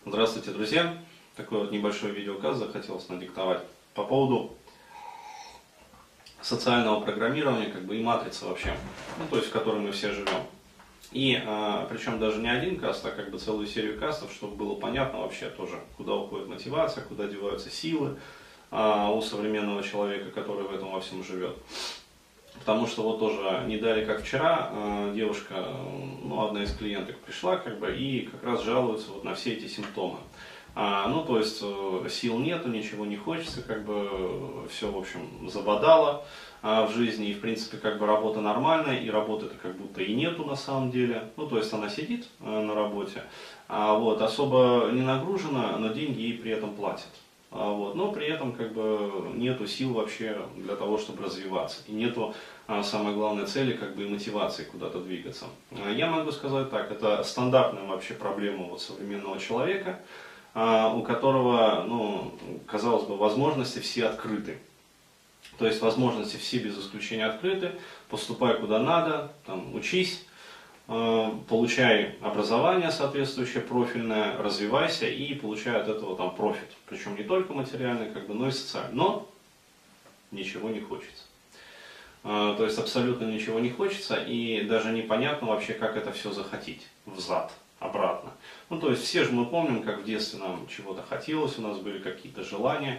Здравствуйте, друзья! Такой вот небольшой видеоказ захотелось надиктовать по поводу социального программирования, и матрицы вообще, то есть в которой мы все живем. И причем даже не один каст, а целую серию кастов, чтобы было понятно вообще тоже, куда уходит мотивация, куда деваются силы у современного человека, который в этом во всем живет. Потому что вот тоже не далее, как вчера, девушка, одна из клиенток пришла, и как раз жалуется вот на все эти симптомы. То есть сил нету, ничего не хочется, все, в общем, забодало в жизни, и, в принципе, работа нормальная, и работы-то как будто и нету на самом деле. То есть она сидит на работе, особо не нагружена, но деньги ей при этом платят. Но при этом нету сил вообще для того, чтобы развиваться. И нету, самой главной цели, и мотивации куда-то двигаться. Я могу сказать так, это стандартная вообще проблема вот современного человека, у которого, казалось бы, возможности все открыты. То есть возможности все без исключения открыты, поступай куда надо, учись, получай образование соответствующее, профильное, развивайся и получай от этого профит. Причем не только материальный, но и социальный. Но ничего не хочется. То есть абсолютно ничего не хочется, и даже непонятно вообще, как это все захотеть взад, обратно. То есть все же мы помним, как в детстве нам чего-то хотелось, у нас были какие-то желания,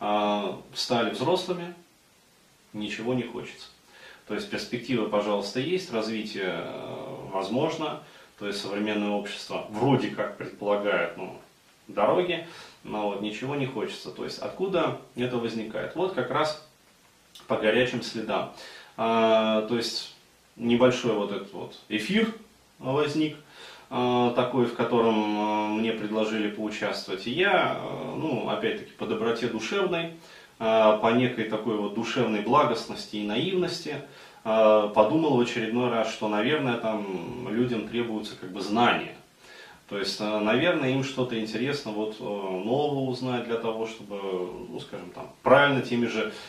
стали взрослыми, ничего не хочется. То есть перспективы, пожалуйста, есть, развитие возможно, то есть современное общество вроде как предполагает дороги, но ничего не хочется. То есть откуда это возникает? Вот как раз по горячим следам. То есть небольшой вот этот вот эфир возник, такой, в котором мне предложили поучаствовать. И я, опять-таки, по доброте душевной, по некой такой вот душевной благостности и наивности, подумал в очередной раз, что, наверное, людям требуются знания. То есть, наверное, им что-то интересно нового узнать для того, чтобы, правильно тем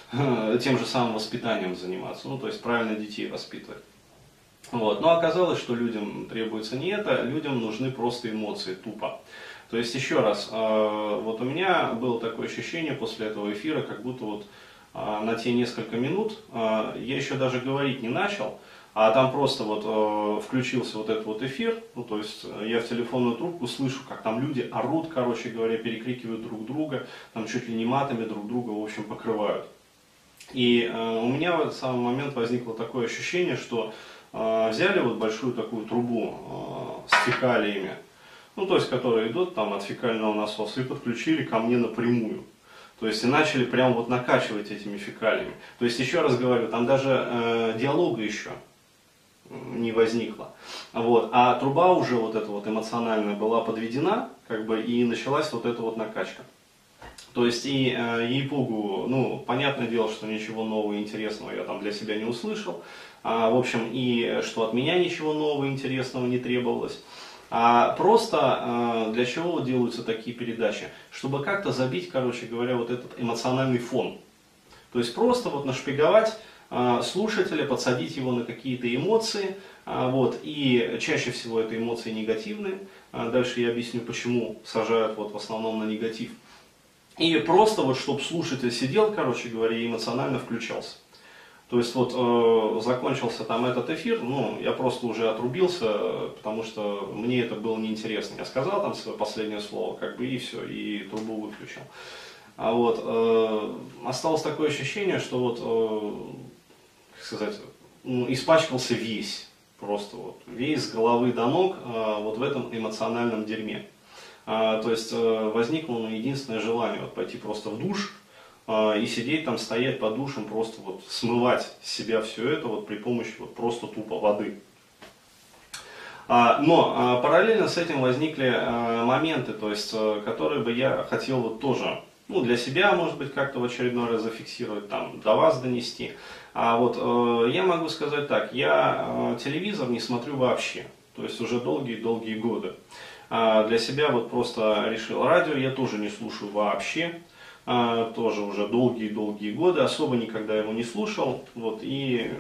же самым воспитанием заниматься, то есть правильно детей воспитывать. Но оказалось, что людям требуется не это, людям нужны просто эмоции, тупо. То есть, еще раз, у меня было такое ощущение после этого эфира, как будто на те несколько минут я еще даже говорить не начал, а там просто включился этот эфир, то есть я в телефонную трубку слышу, как люди орут, перекрикивают друг друга, чуть ли не матами друг друга, в общем, покрывают. И у меня в этот самый момент возникло такое ощущение, что взяли большую такую трубу с фекалиями, то есть, которые идут от фекального насоса, и подключили ко мне напрямую. То есть, и начали прям накачивать этими фекалиями. То есть, еще раз говорю, там даже диалога еще не возникло. А труба уже эта эмоциональная была подведена, и началась эта накачка. То есть, и ей-богу, понятное дело, что ничего нового и интересного я для себя не услышал. В общем, и что от меня ничего нового и интересного не требовалось. Просто для чего делаются такие передачи? Чтобы как-то забить, этот эмоциональный фон. То есть просто нашпиговать слушателя, подсадить его на какие-то эмоции. И чаще всего это эмоции негативные. Дальше я объясню, почему сажают в основном на негатив. И просто чтобы слушатель сидел, и эмоционально включался. То есть закончился этот эфир, я просто уже отрубился, потому что мне это было неинтересно. Я сказал свое последнее слово, и все, и трубу выключил. Осталось такое ощущение, что испачкался весь, просто весь с головы до ног в этом эмоциональном дерьме. То есть возникло единственное желание пойти просто в душ, и сидеть стоять под душем, просто смывать с себя все это при помощи просто тупо воды. Но параллельно с этим возникли моменты, то есть, которые бы я хотел тоже, для себя, может быть, как-то в очередной раз зафиксировать, до вас донести. Я могу сказать так, я телевизор не смотрю вообще, то есть уже долгие-долгие годы. Для себя просто решил, радио я тоже не слушаю вообще. Тоже уже долгие-долгие годы, особо никогда его не слушал, и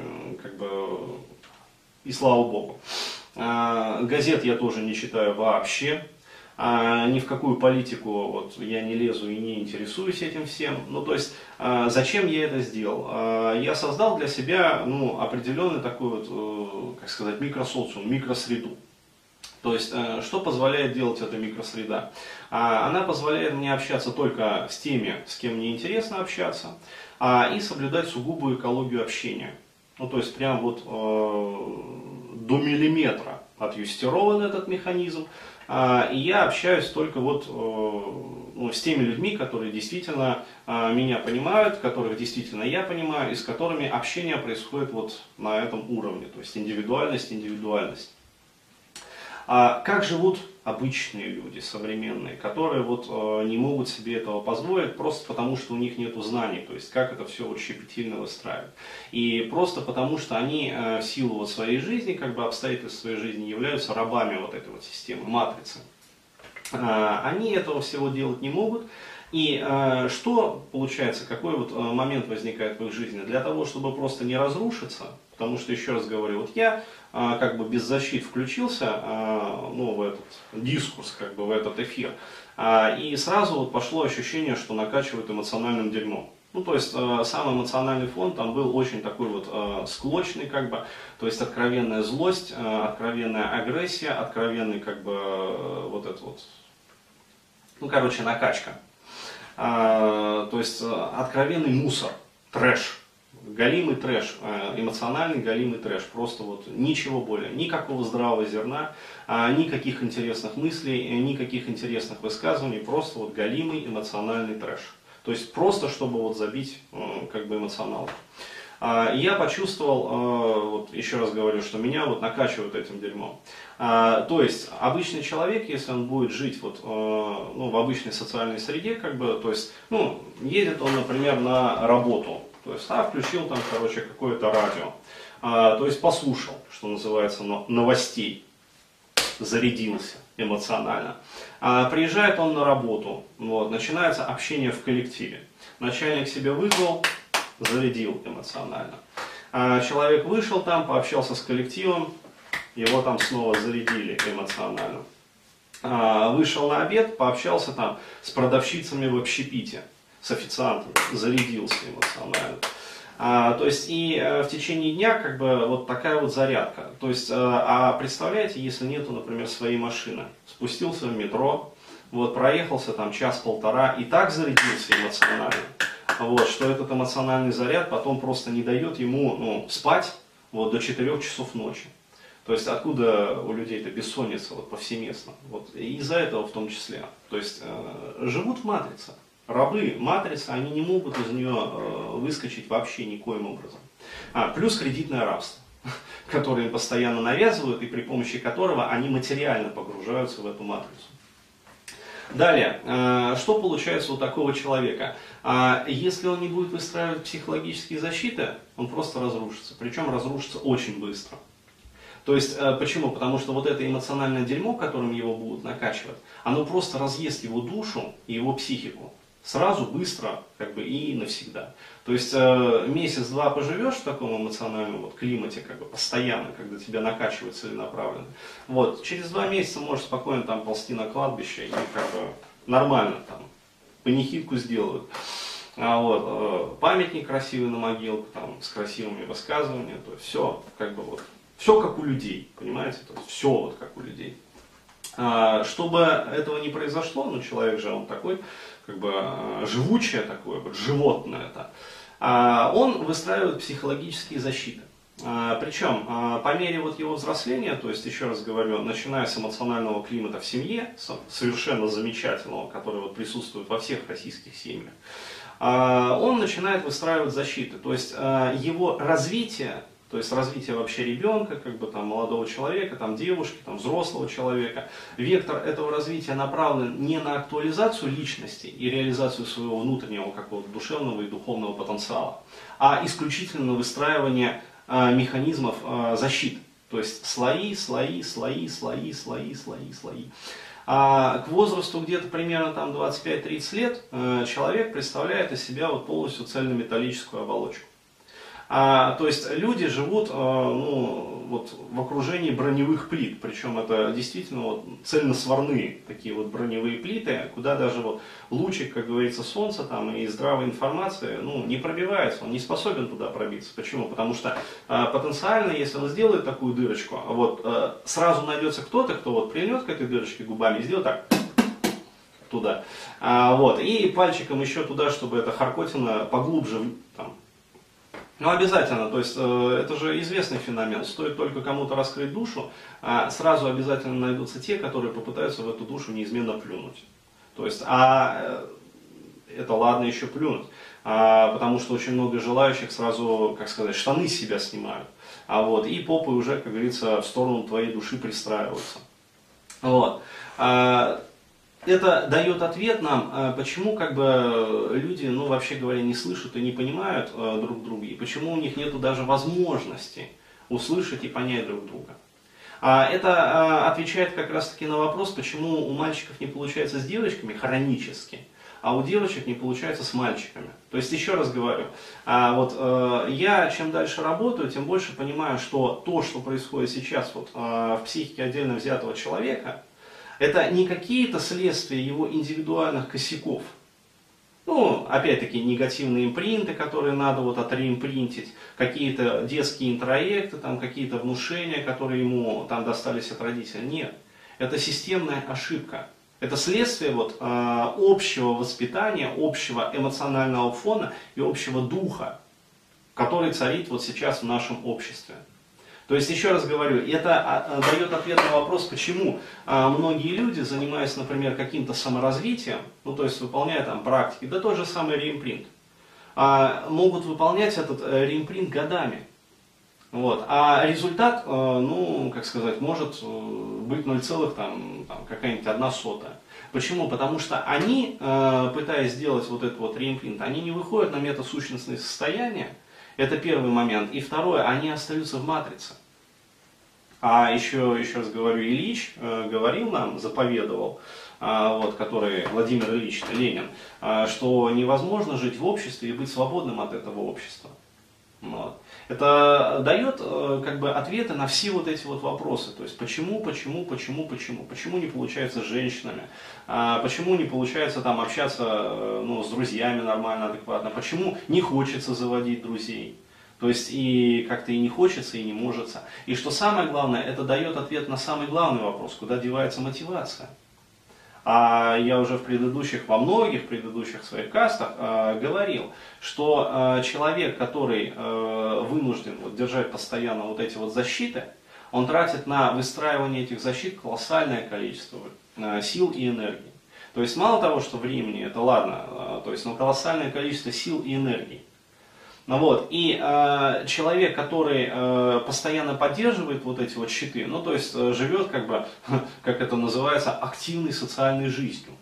слава богу. Газет я тоже не читаю вообще, ни в какую политику вот, я не лезу и не интересуюсь этим всем. Ну, то есть, зачем я это сделал? Я создал для себя, ну, определенный такой вот, как сказать, микросоциум, микросреду. То есть, что позволяет делать эта микросреда? Она позволяет мне общаться только с теми, с кем мне интересно общаться, и соблюдать сугубую экологию общения. Ну, то есть, прям вот до миллиметра отъюстирован этот механизм. И я общаюсь только вот ну, с теми людьми, которые действительно меня понимают, которых действительно я понимаю, и с которыми общение происходит вот на этом уровне. То есть, индивидуальность. А как живут обычные люди, современные, которые вот не могут себе этого позволить просто потому, что у них нет знаний, то есть как это все вот щепетильно выстраивать. И просто потому, что они в силу вот своей жизни, как бы обстоятельств своей жизни являются рабами вот этой вот системы, матрицы. Они этого всего делать не могут. И что получается, какой вот момент возникает в их жизни? Для того, чтобы просто не разрушиться, потому что, еще раз говорю, вот я как бы без защит включился ну, в этот дискурс, как бы в этот эфир, и сразу вот пошло ощущение, что накачивают эмоциональным дерьмом. Ну, то есть, сам эмоциональный фон там был очень такой вот склочный, как бы, то есть, откровенная злость, откровенная агрессия, откровенный, как бы, вот это вот, ну, короче, накачка. То есть, откровенный мусор, трэш. Галимый трэш, эмоциональный галимый трэш, просто вот ничего более, никакого здравого зерна, никаких интересных мыслей, никаких интересных высказываний, просто вот галимый эмоциональный трэш. То есть просто, чтобы вот забить как бы эмоционал. Я почувствовал, вот еще раз говорю, что меня вот накачивают этим дерьмом. То есть обычный человек, если он будет жить вот, ну, в обычной социальной среде, как бы, то есть, ну, едет он, например, на работу. То есть, включил там, короче, какое-то радио. То есть, послушал, что называется, новостей. Зарядился эмоционально. Приезжает он на работу. Вот, начинается общение в коллективе. Начальник себя вызвал, зарядил эмоционально. Человек вышел там, пообщался с коллективом, его там снова зарядили эмоционально. Вышел на обед, пообщался там с продавщицами в общепите. С официантом, зарядился эмоционально. То есть и в течение дня как бы вот такая вот зарядка. То есть, представляете, если нету, например, своей машины, спустился в метро, вот, проехался там час-полтора и так зарядился эмоционально, вот, что этот эмоциональный заряд потом просто не дает ему, ну, спать вот, до 4 часов ночи. То есть откуда у людей-то бессонница вот, повсеместно. Вот, из-за этого в том числе. То есть живут в матрице. Рабы матрицы, они не могут из нее выскочить вообще никоим образом. Плюс кредитное рабство, которое им постоянно навязывают и при помощи которого они материально погружаются в эту матрицу. Далее, что получается у такого человека? Если он не будет выстраивать психологические защиты, он просто разрушится. Причем разрушится очень быстро. То есть, почему? Потому что вот это эмоциональное дерьмо, которым его будут накачивать, оно просто разъест его душу и его психику. Сразу, быстро, как бы и навсегда. То есть месяц-два поживешь в таком эмоциональном вот климате, как бы постоянно, когда тебя накачивают целенаправленно. Вот, через 2 месяца можешь спокойно там ползти на кладбище и как бы нормально там панихидку сделают. Вот, памятник красивый на могилку, там, с красивыми высказываниями, то есть все, как бы вот, все как у людей, понимаете, то есть все вот как у людей. Чтобы этого не произошло, ну человек же он такой, как бы живучее такое, вот, животное это, он выстраивает психологические защиты. Причем по мере вот его взросления, то есть еще раз говорю, начиная с эмоционального климата в семье, совершенно замечательного, который вот присутствует во всех российских семьях, он начинает выстраивать защиты. То есть его развитие, то есть развитие вообще ребенка, как бы там молодого человека, там девушки, там взрослого человека, вектор этого развития направлен не на актуализацию личности и реализацию своего внутреннего какого-то душевного и духовного потенциала, а исключительно на выстраивание механизмов защиты. То есть слои. К возрасту где-то примерно там 25-30 лет человек представляет из себя вот полностью цельнометаллическую оболочку. То есть люди живут ну, вот в окружении броневых плит, причем это действительно вот цельносварные такие вот броневые плиты, куда даже вот лучик, как говорится, солнца там и здравой информации, ну, не пробивается, он не способен туда пробиться. Почему? Потому что потенциально, если он сделает такую дырочку, вот сразу найдется кто-то, кто вот прильнет к этой дырочке губами и сделает так туда, вот, и пальчиком еще туда, чтобы эта харкотина поглубже там. Ну, обязательно, то есть это же известный феномен, стоит только кому-то раскрыть душу, сразу обязательно найдутся те, которые попытаются в эту душу неизменно плюнуть. То есть, это ладно еще плюнуть, потому что очень много желающих сразу, как сказать, штаны с себя снимают, вот, и попы уже, как говорится, в сторону твоей души пристраиваются. Вот. Это дает ответ нам, почему как бы люди, ну вообще говоря, не слышат и не понимают друг друга, и почему у них нет даже возможности услышать и понять друг друга. Это отвечает как раз таки на вопрос, почему у мальчиков не получается с девочками хронически, а у девочек не получается с мальчиками. То есть, еще раз говорю, я чем дальше работаю, тем больше понимаю, что то, что происходит сейчас вот, в психике отдельно взятого человека, это не какие-то следствия его индивидуальных косяков. Ну, опять-таки, негативные импринты, которые надо вот отреимпринтить, какие-то детские интроекты, там, какие-то внушения, которые ему там достались от родителей. Нет, это системная ошибка. Это следствие вот, общего воспитания, общего эмоционального фона и общего духа, который царит вот сейчас в нашем обществе. То есть, еще раз говорю, это дает ответ на вопрос, почему многие люди, занимаясь, например, каким-то саморазвитием, ну, то есть, выполняя там практики, да тот же самый реимпринт, могут выполнять этот реимпринт годами. Вот. А результат, ну, как сказать, может быть 0, там, какая-нибудь 1/100. Почему? Потому что они, пытаясь сделать вот этот вот реимпринт, они не выходят на метасущностные состояния. Это первый момент. И второе, они остаются в матрице. А еще раз говорю, Ильич говорил нам, заповедовал, вот, который Владимир Ильич Ленин, что невозможно жить в обществе и быть свободным от этого общества. Вот. Это дает как бы ответы на все вот эти вот вопросы. То есть почему не получается с женщинами, почему не получается там общаться, ну, с друзьями нормально, адекватно, почему не хочется заводить друзей. То есть и как-то и не хочется, и не может. И что самое главное, это дает ответ на самый главный вопрос, куда девается мотивация. А я уже во многих предыдущих своих кастах говорил, что человек, который вынужден вот, держать постоянно вот эти вот защиты, он тратит на выстраивание этих защит колоссальное количество сил и энергии. То есть мало того, что времени, это ладно, то есть, но колоссальное количество сил и энергии. Вот. И человек, который постоянно поддерживает вот эти вот щиты, ну то есть живет как бы, как это называется, активной социальной жизнью.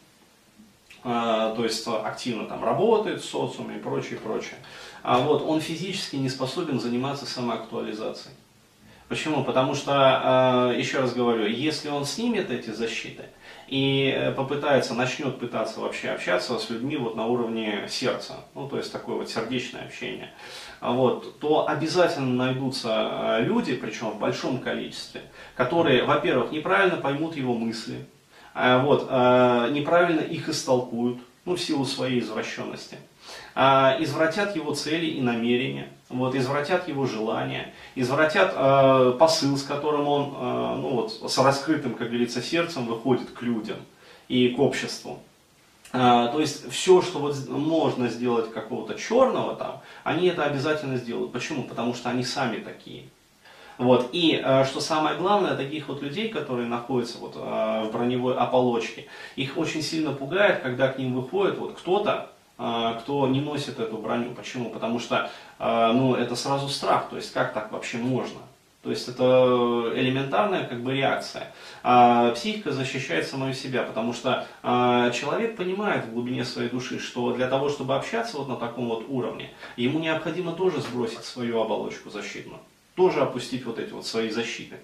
То есть активно там работает в социуме и прочее. Вот, он физически не способен заниматься самоактуализацией. Почему? Потому что, еще раз говорю, если он снимет эти защиты и начнет пытаться вообще общаться с людьми вот на уровне сердца, ну то есть такое вот сердечное общение, вот, то обязательно найдутся люди, причем в большом количестве, которые, во-первых, неправильно поймут его мысли, вот, неправильно их истолкуют, ну, в силу своей извращенности, извратят его цели и намерения, вот, извратят его желания, извратят посыл, с которым он, ну, вот, с раскрытым, как говорится, сердцем выходит к людям и к обществу. То есть все, что вот можно сделать какого-то черного там, они это обязательно сделают. Почему? Потому что они сами такие. Вот. И что самое главное, таких вот людей, которые находятся вот, в броневой оболочке, их очень сильно пугает, когда к ним выходит вот кто-то, кто не носит эту броню. Почему? Потому что ну, это сразу страх. То есть как так вообще можно? То есть это элементарная как бы реакция. Психика защищает самую себя, потому что человек понимает в глубине своей души, что для того, чтобы общаться вот на таком вот уровне, ему необходимо тоже сбросить свою оболочку защитную, тоже опустить вот эти вот свои защиты.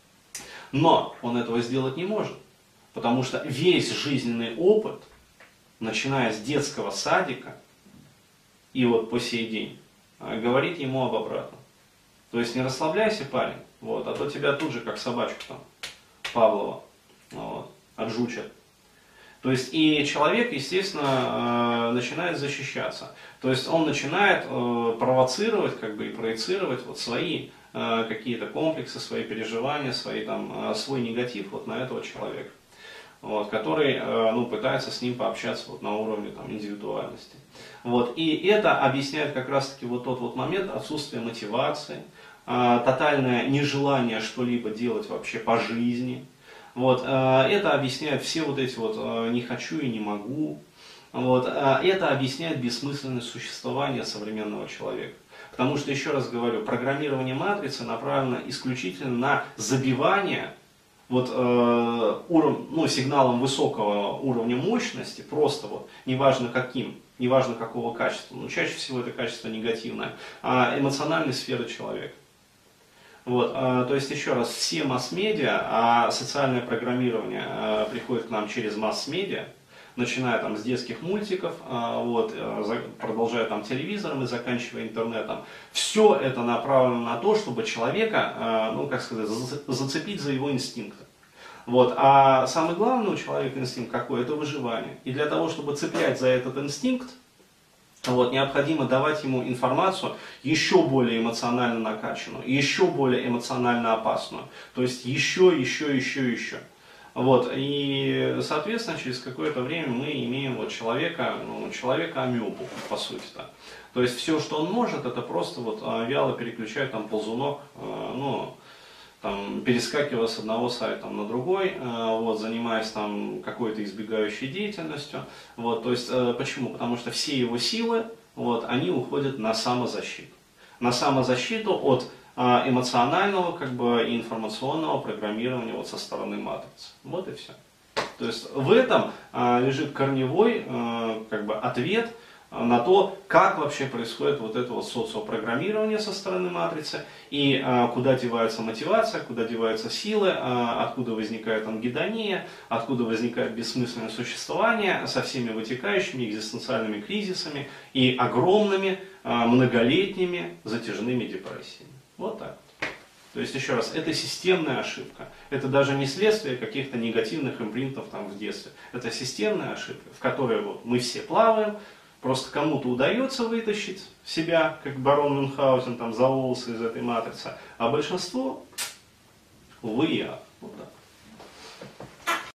Но он этого сделать не может, потому что весь жизненный опыт, начиная с детского садика и вот по сей день, говорит ему об обратном. То есть не расслабляйся, парень, вот, а то тебя тут же, как собачку там, Павлова, вот, отжучат. То есть и человек, естественно, начинает защищаться. То есть он начинает провоцировать, как бы и проецировать вот свои какие-то комплексы, свои переживания, свой негатив вот на этого человека, вот, который пытается с ним пообщаться вот на уровне там, индивидуальности. Вот, и это объясняет как раз-таки вот тот вот момент отсутствия мотивации, тотальное нежелание что-либо делать вообще по жизни. Вот, это объясняет все вот эти вот «не хочу» и «не могу». Вот, это объясняет бессмысленность существования современного человека. Потому что, еще раз говорю, программирование матрицы направлено исключительно на забивание вот, сигналом высокого уровня мощности, просто вот, неважно каким, неважно какого качества, но чаще всего это качество негативное, эмоциональной сферы человека. Вот, то есть, еще раз, все масс-медиа, а социальное программирование приходит к нам через масс-медиа, начиная там с детских мультиков, продолжая там телевизором и заканчивая интернетом. Все это направлено на то, чтобы человека, зацепить за его инстинкты. Вот. А самый главный у человека инстинкт какой? Это выживание. И для того, чтобы цеплять за этот инстинкт, вот, необходимо давать ему информацию еще более эмоционально накачанную, еще более эмоционально опасную. То есть еще. Вот, и, соответственно, через какое-то время мы имеем вот человека-амебу, по сути-то. То есть все, что он может, это просто вот вяло переключать там ползунок, перескакивая с одного сайта на другой, вот, занимаясь там какой-то избегающей деятельностью. Вот, то есть, почему? Потому что все его силы, вот, они уходят на самозащиту. На самозащиту от эмоционального и информационного программирования вот со стороны матрицы. Вот и все. То есть в этом лежит корневой ответ на то, как вообще происходит вот это вот социопрограммирование со стороны матрицы, и куда девается мотивация, куда деваются силы, откуда возникает ангидония, откуда возникает бессмысленное существование со всеми вытекающими экзистенциальными кризисами и огромными многолетними затяжными депрессиями. Вот так. То есть, еще раз, это системная ошибка. Это даже не следствие каких-то негативных импринтов там в детстве. Это системная ошибка, в которой вот мы все плаваем, просто кому-то удается вытащить себя, как барон Мюнхгаузен, там, за волосы из этой матрицы, а большинство, увы, я. Вот так.